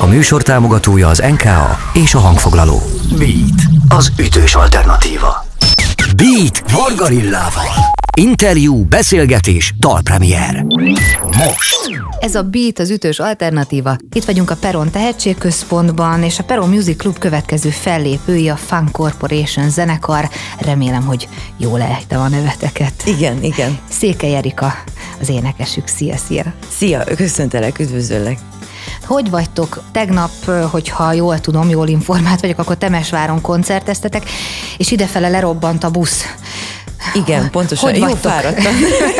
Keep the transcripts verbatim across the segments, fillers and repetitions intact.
műsor támogatója az en ká á és a hangfoglaló. Beat, az ütős alternatíva. Beat Vargarillával. Interjú, beszélgetés, dalpremier. Most! Ez a Beat, az ütős alternatíva. Itt vagyunk a Peron Tehetségközpontban, és a Peron Music Club következő fellépői a Funk Corporation zenekar. Remélem, hogy jól ejtem a neveteket. Igen, igen. Székely Erika, az énekesük. Szia, szia! Szia, köszöntelek, üdvözöllek! Hogy vagytok? Tegnap, hogyha jól tudom, jól informált vagyok, akkor Temesváron koncerteztetek, és idefele lerobbant a busz. Igen, pontosan. Hogy jó vagytok? fáradtam.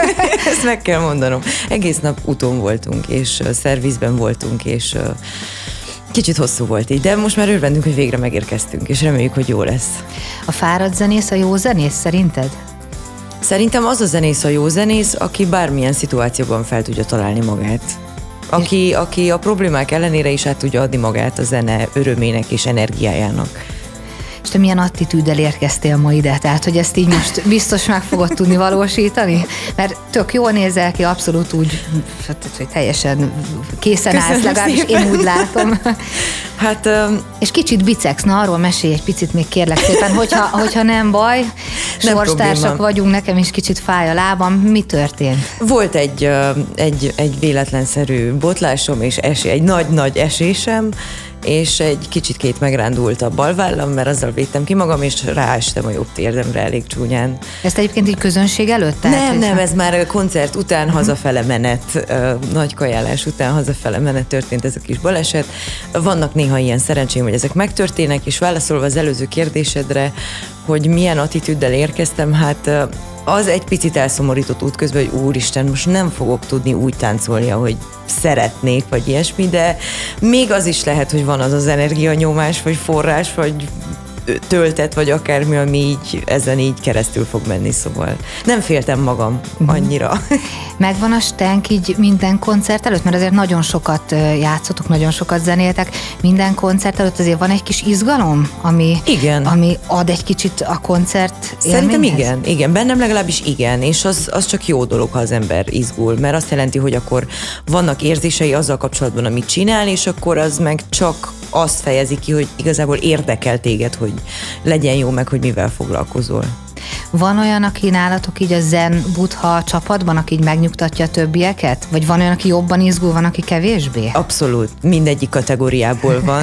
Ezt meg kell mondanom. Egész nap úton voltunk, és uh, szervizben voltunk, és uh, kicsit hosszú volt így, de most már örvendünk, hogy végre megérkeztünk, és reméljük, hogy jó lesz. A fáradt zenész a jó zenész, szerinted? Szerintem az a zenész a jó zenész, aki bármilyen szituációban fel tudja találni magát. Aki, aki a problémák ellenére is át tudja adni magát a zene örömének és energiájának. És te milyen attitűddel érkeztél ma ide? Tehát, hogy ezt így most biztos meg fogod tudni valósítani? Mert tök jól nézel ki, abszolút úgy, hogy teljesen készen Köszönöm állsz, legalábbis szépen. én úgy látom. Hát... Um, és kicsit bicegsz, na arról mesélj egy picit még kérlek szépen, hogyha, hogyha nem baj, Nem sorstársak probléma. vagyunk, nekem is kicsit fáj a lábam. Mi történt? Volt egy, uh, egy, egy véletlenszerű botlásom, és esé, egy nagy-nagy esésem, és egy kicsit két megrándult a bal vállam, mert azzal védtem ki magam, és ráestem a jobb térdemre elég csúnyán. Ezt egyébként így közönség előtt? Tehát, Nem, hogy- nem, ez már koncert után hazafele menet, nagy kajálás után hazafele menet történt ez a kis baleset. Vannak néha ilyen szerencsém, hogy ezek megtörténnek, és válaszolva az előző kérdésedre, hogy milyen attitűddel érkeztem, hát az egy picit elszomorított útközben, hogy úristen, most nem fogok tudni úgy táncolni, ahogy szeretnék, vagy ilyesmi, de még az is lehet, hogy van az az energianyomás, vagy forrás, vagy töltet, vagy akármi, ami így ezen így keresztül fog menni, szóval nem féltem magam annyira. Megvan a stenk így minden koncert előtt? Mert azért nagyon sokat játszotok, nagyon sokat zenéltek. Minden koncert előtt azért van egy kis izgalom, ami, Igen. ami ad egy kicsit a koncert Szerintem élményhez? igen, igen, bennem legalábbis igen, és az, az csak jó dolog, ha az ember izgul, mert azt jelenti, hogy akkor vannak érzései azzal kapcsolatban, amit csinál, és akkor az meg csak azt fejezi ki, hogy igazából érdekel téged, hogy legyen jó, meg hogy mivel foglalkozol. Van olyan, aki nálatok így a Zen Buddha csapatban, aki így megnyugtatja a többieket? Vagy van olyan, aki jobban izgul, van, aki kevésbé? Abszolút, mindegyik kategóriából van.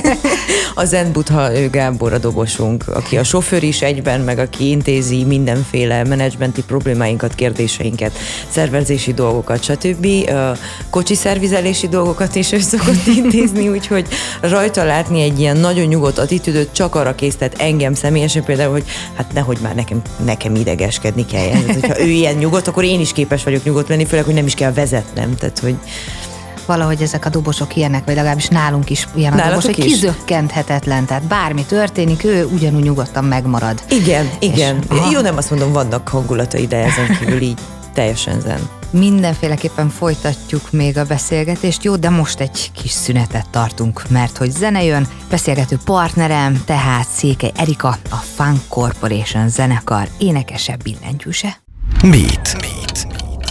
A Zen Buddha, ő Gábor a dobosunk, aki a sofőr is egyben, meg aki intézi mindenféle menedzsmenti problémáinkat, kérdéseinket, szervezési dolgokat, stb. Kocsi szervizelési dolgokat is ő szokott intézni, úgyhogy rajta látni egy ilyen nagyon nyugodt attitűdöt csak arra késztet engem személyesen például, hogy hát nehogy már nekem, nekem idegeskedni kelljen. Tehát, hogyha ő ilyen nyugodt, akkor én is képes vagyok nyugodt lenni, főleg, hogy nem is kell vezetnem. Tehát, hogy Valahogy ezek a dobosok ilyenek, vagy legalábbis nálunk is ilyen a Nálatok dobos, hogy is? kizökkenthetetlen, tehát bármi történik, ő ugyanúgy nyugodtan megmarad. igen, igen. És- aha. Jó, nem azt mondom, vannak hangulatai, de ezen kívül így teljesen zen. Mindenféleképpen folytatjuk még a beszélgetést, jó, de most egy kis szünetet tartunk, mert hogy zene jön, beszélgető partnerem, tehát Székely Erika, a Funk Corporation zenekar énekese, billentyűse. Beat. Beat.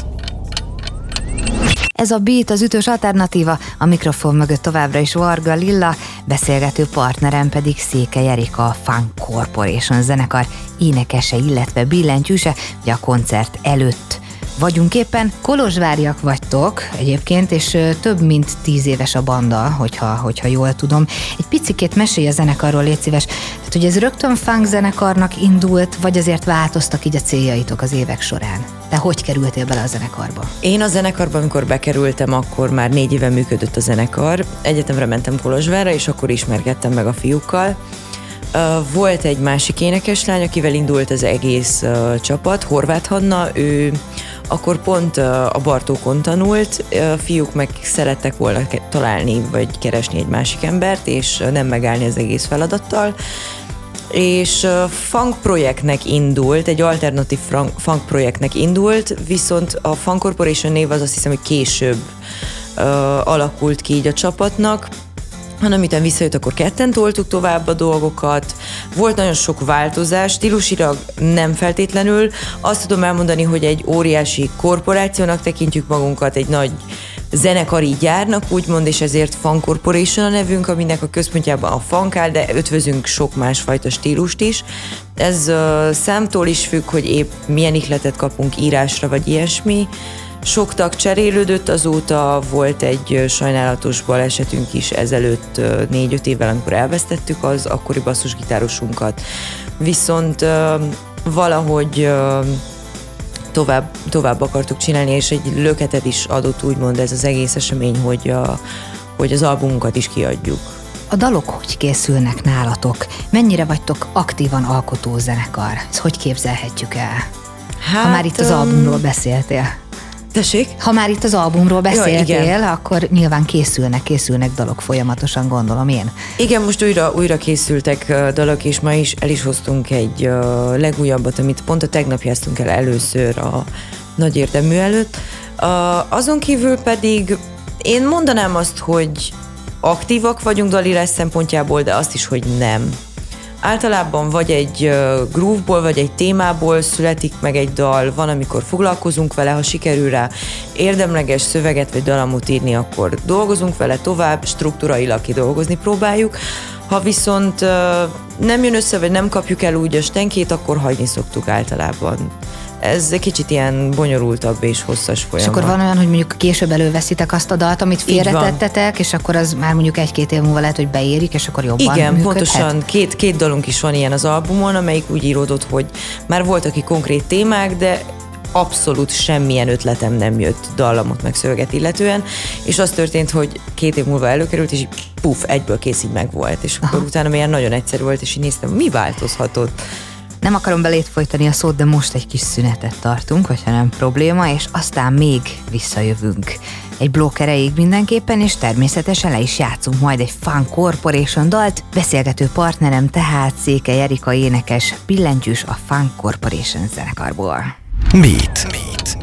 Ez a Beat, az ütős alternatíva, a mikrofon mögött továbbra is Varga Lilla, beszélgető partnerem pedig Székely Erika, a Funk Corporation zenekar énekese, illetve billentyűse, ugye a koncert előtt vagyunk éppen. Kolozsváriak vagytok egyébként, és ö, több mint tíz éves a banda, hogyha, hogyha jól tudom. Egy picikét mesélj a zenekarról, légy szíves. Tehát, hogy ez rögtön funk zenekarnak indult, vagy azért változtak így a céljaitok az évek során? Te hogy kerültél bele a zenekarba? Én a zenekarban, amikor bekerültem, akkor már négy éve működött a zenekar. Egyetemre mentem Kolozsvárra, és akkor ismerkedtem meg a fiúkkal. Volt egy másik énekeslány, akivel indult az egész uh, csapat, Horváth Hanna, ő akkor pont uh, a Bartókon tanult, a fiúk meg szerettek volna ke- találni, vagy keresni egy másik embert, és uh, nem megállni az egész feladattal. És uh, funk projektnek indult, egy alternatív fran- funk projektnek indult, viszont a Funk Corporation név az azt hiszem, hogy később uh, alakult ki így a csapatnak, hanem miután visszajött, akkor ketten toltuk tovább a dolgokat. Volt nagyon sok változás, stílusilag nem feltétlenül. Azt tudom elmondani, hogy egy óriási korporációnak tekintjük magunkat, egy nagy zenekari gyárnak, úgymond, és ezért Fun Corporation a nevünk, aminek a központjában a funk áll, de ötvözünk sok másfajta stílust is. Ez uh, számtól is függ, hogy épp milyen ihletet kapunk írásra, vagy ilyesmi. Sok tag cserélődött, azóta volt egy sajnálatos balesetünk is ezelőtt négy-öt évvel, amikor elvesztettük az akkori basszusgitárosunkat. Viszont uh, valahogy uh, tovább, tovább akartuk csinálni, és egy löketet is adott úgymond ez az egész esemény, hogy, a, hogy az albumunkat is kiadjuk. A dalok hogy készülnek nálatok? Mennyire vagytok aktívan alkotó zenekar? Ezt hogy képzelhetjük el? Hát, ha már itt az um... albumról beszéltél. Tessék? Ha már itt az albumról beszéltél, ja, akkor nyilván készülnek, készülnek dalok folyamatosan, gondolom én. Igen, most újra, újra készültek uh, dalok, és ma is el is hoztunk egy uh, legújabbat, amit pont a tegnap játsztunk el először a nagy érdemű előtt. Uh, azon kívül pedig én mondanám azt, hogy aktívak vagyunk dalírás szempontjából, de azt is, hogy nem. Általában vagy egy uh, groove-ból, vagy egy témából születik meg egy dal, van, amikor foglalkozunk vele, ha sikerül rá érdemleges szöveget vagy dalamot írni, akkor dolgozunk vele tovább, strukturailag kidolgozni próbáljuk. Ha viszont uh, nem jön össze, vagy nem kapjuk el úgy a stenkét, akkor hagyni szoktuk általában. Ez egy kicsit ilyen bonyolultabb és hosszas folyamat. És akkor van olyan, hogy mondjuk később előveszitek azt a dalt, amit félretettetek, és akkor az már mondjuk egy-két év múlva lehet, hogy beérik, és akkor jobban Igen, működhet? pontosan. Két, két dalunk is van ilyen az albumon, amelyik úgy íródott, hogy már voltak ki konkrét témák, de abszolút semmilyen ötletem nem jött dallamot meg szöveget illetően, és az történt, hogy két év múlva előkerült, és így puf, egyből kész így meg volt, és akkor Aha. utána ilyen nagyon egyszerű volt, és így néztem, mi változhatott. Nem akarom belét folytani a szót, de most egy kis szünetet tartunk, hogyha nem probléma, és aztán még visszajövünk. Egy blokk erejéig mindenképpen, és természetesen le is játszunk majd egy Fun Corporation dalt. Beszélgető partnerem tehát Székely Erika énekes, billentyűs a Fun Corporation zenekarból. Beat. Beat.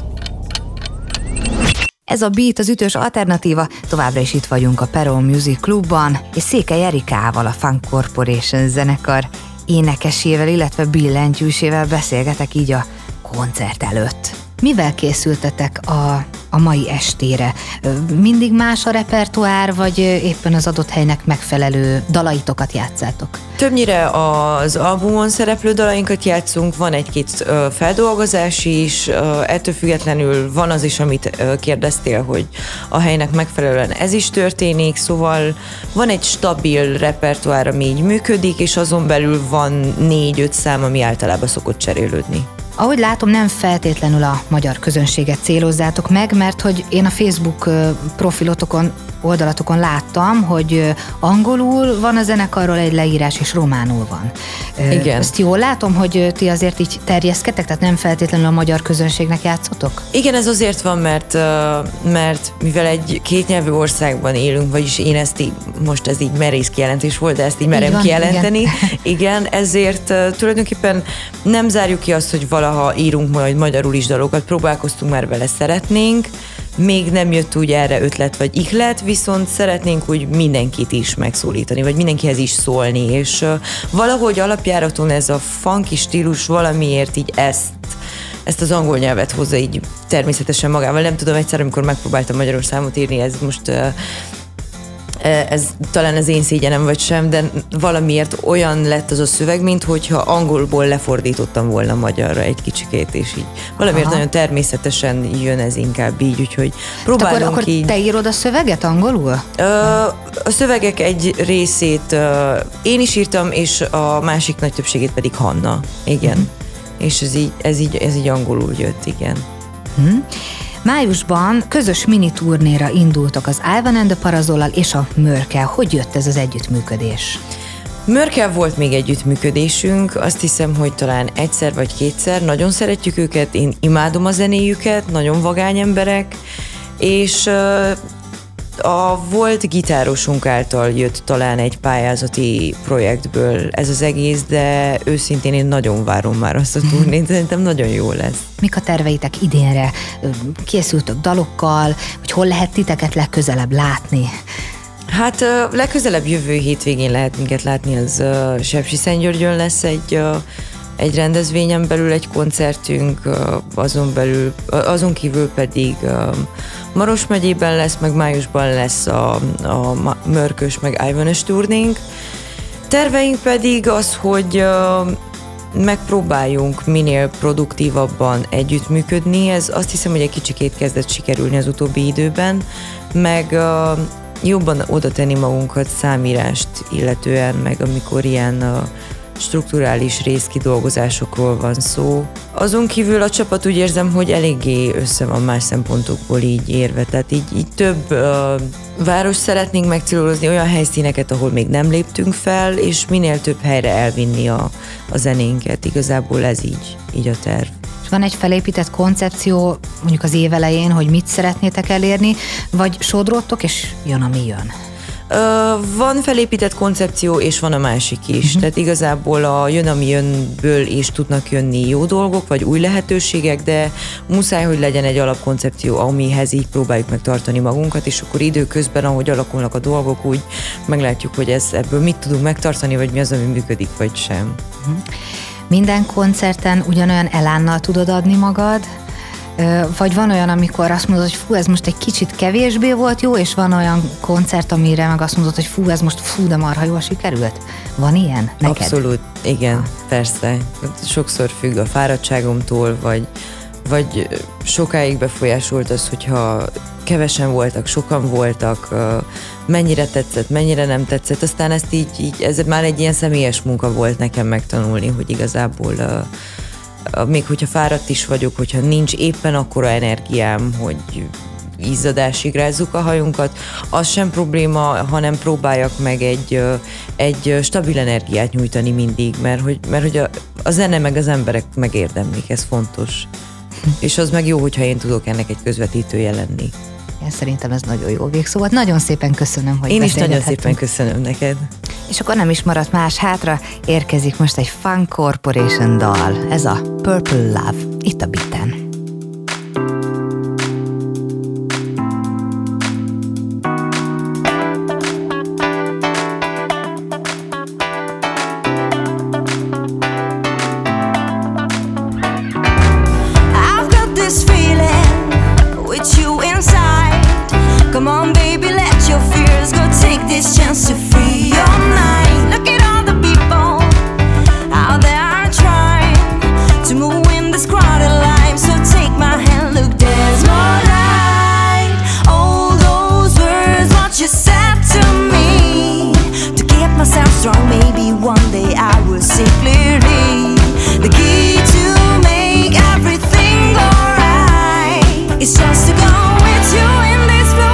Ez a Beat az ütős alternatíva, továbbra is itt vagyunk a Perron Music Clubban, és Székely Erikával, a Fun Corporation zenekar énekesével, illetve billentyűsével beszélgetek így a koncert előtt. Mivel készültetek a, a mai estére? Mindig más a repertoár, vagy éppen az adott helynek megfelelő dalaitokat játszátok? Többnyire az albumon szereplő dalainkat játszunk, van egy-két feldolgozás is, ettől függetlenül van az is, amit kérdeztél, hogy a helynek megfelelően ez is történik, szóval van egy stabil repertoár, ami így működik, és azon belül van négy-öt szám, ami általában szokott cserélődni. Ahogy látom, nem feltétlenül a magyar közönséget célozzátok meg, mert hogy én a Facebook profilotokon, oldalatokon láttam, hogy angolul van a zenekarról egy leírás, és románul van. Igen. Ezt jól látom, hogy ti azért így terjeszkedtek, tehát nem feltétlenül a magyar közönségnek játszotok? Igen, ez azért van, mert, mert mivel egy kétnyelvű országban élünk, vagyis én ezt így, most ez így merész kijelentés volt, de ezt így merem van, kijelenteni. Igen. igen, ezért tulajdonképpen nem zárjuk ki azt, hogy valaha írunk majd magyarul is dalokat, próbálkoztunk már vele, szeretnénk, még nem jött úgy erre ötlet vagy ihlet, viszont szeretnénk úgy mindenkit is megszólítani, vagy mindenkihez is szólni, és uh, valahogy alapjáraton ez a funky stílus valamiért így ezt, ezt az angol nyelvet hozza így természetesen magával. Nem tudom, egyszer, amikor megpróbáltam magyarul számot írni, ez most... Uh, ez talán az én szégyenem vagy sem, de valamiért olyan lett az a szöveg, mint hogyha angolból lefordítottam volna magyarra egy kicsikét, és így valamiért Aha. nagyon természetesen jön ez inkább így, úgyhogy próbálunk akkor, akkor így... te írod a szöveget angolul? A szövegek egy részét én is írtam, és a másik nagy többségét pedig Hanna. Igen. Uh-huh. És ez így, ez, így, ez így angolul jött, igen. Uh-huh. Májusban közös mini turnéra indultak az Ivan and the Parazollal és a Mörkel. Hogy jött ez az együttműködés? Mörkel volt még együttműködésünk, azt hiszem, hogy talán egyszer vagy kétszer. Nagyon szeretjük őket, én imádom a zenéjüket, nagyon vagány emberek, és a volt gitárosunk által jött talán egy pályázati projektből ez az egész, de őszintén én nagyon várom már azt a turnét, szerintem nagyon jó lesz. Mik a terveitek idénre? Készültök dalokkal, hogy hol lehet titeket legközelebb látni? Hát legközelebb jövő hétvégén lehet minket látni, az Sepsiszentgyörgyön lesz egy, egy rendezvényen belül egy koncertünk, azon belül, azon kívül pedig Maros megyében lesz, meg májusban lesz a, a Mörkös meg Ivanös turnénk. Terveink pedig az, hogy megpróbáljunk minél produktívabban együttműködni. Ez azt hiszem, hogy egy kicsikét kezdett sikerülni az utóbbi időben, meg jobban oda tenni magunkat számírást illetően, meg amikor ilyen strukturális részkidolgozásokról van szó. Azon kívül a csapat úgy érzem, hogy eléggé össze van más szempontokból így érve, tehát így, így több uh, város szeretnénk megcélozni, olyan helyszíneket, ahol még nem léptünk fel, és minél több helyre elvinni a, a zenénket. Igazából ez így, így a terv. És van egy felépített koncepció mondjuk az év elején, hogy mit szeretnétek elérni, vagy sodródtok, és jön, ami jön? Uh, van felépített koncepció, és van a másik is. Uh-huh. Tehát igazából a jön, ami jönből is tudnak jönni jó dolgok, vagy új lehetőségek, de muszáj, hogy legyen egy alapkoncepció, amihez így próbáljuk meg tartani magunkat, és akkor időközben, ahogy alakulnak a dolgok, úgy meglátjuk, hogy ez, ebből mit tudunk megtartani, vagy mi az, ami működik, vagy sem. Uh-huh. Minden koncerten ugyanolyan elánnal tudod adni magad? Vagy van olyan, amikor azt mondod, hogy fú, ez most egy kicsit kevésbé volt jó, és van olyan koncert, amire meg azt mondod, hogy fú, ez most fú, de marha jól sikerült? Van ilyen neked? Abszolút, igen, ah. persze. Sokszor függ a fáradtságomtól, vagy, vagy sokáig befolyásolt az, hogyha kevesen voltak, sokan voltak, mennyire tetszett, mennyire nem tetszett. Aztán ezt így, így ez már egy ilyen személyes munka volt nekem megtanulni, hogy igazából még hogyha fáradt is vagyok, hogyha nincs éppen akkora energiám, hogy izzadásig rázzuk a hajunkat, az sem probléma, hanem próbáljak meg egy, egy stabil energiát nyújtani mindig, mert hogy, mert hogy a, a zene meg az emberek megérdemlik, ez fontos. És az meg jó, hogyha én tudok ennek egy közvetítője lenni. Én szerintem ez nagyon jó végszó volt. Nagyon szépen köszönöm, hogy Én is nagyon szépen köszönöm neked. És akkor nem is maradt más hátra, érkezik most egy Funk Corporation dal. Ez a Purple Love, itt a Beaten. Come on, baby, let your fears go. Take this chance to free your mind. Look at all the people out there are trying to move in this crowded life. So take my hand, look, there's more light. All those words, what you said to me, to keep myself strong. Maybe one day I will see clearly. The key to make everything go right is just to go with you in this flow.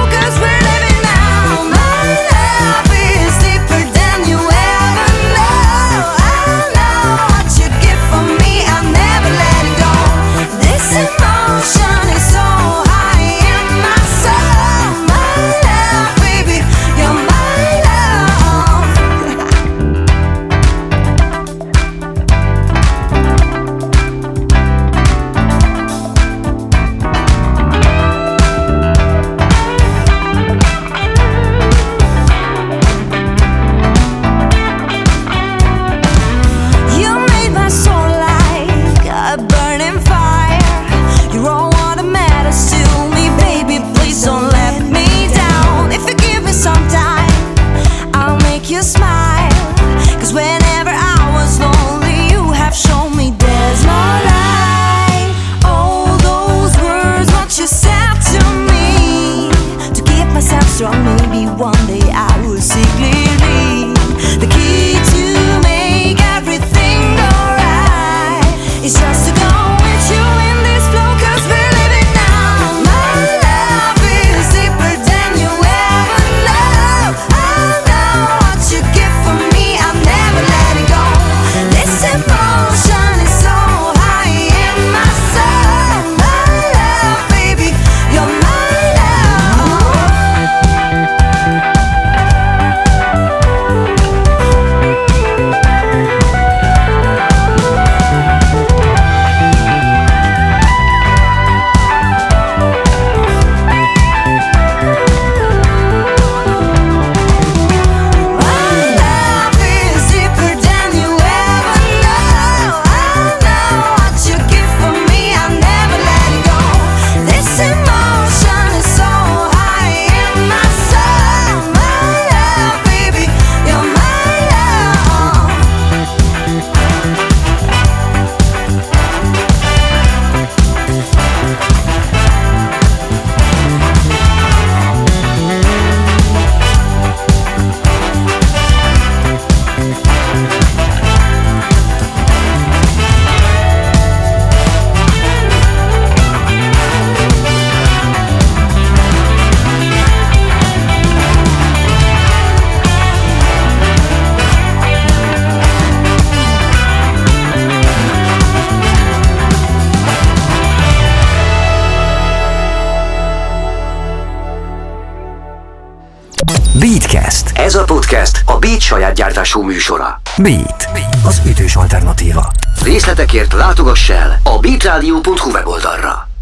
Beatcast. Ez a podcast a Beat saját gyártású műsora. Beat, az ütős alternatíva. Részletekért látogass el a beatradio pont hu weboldalra.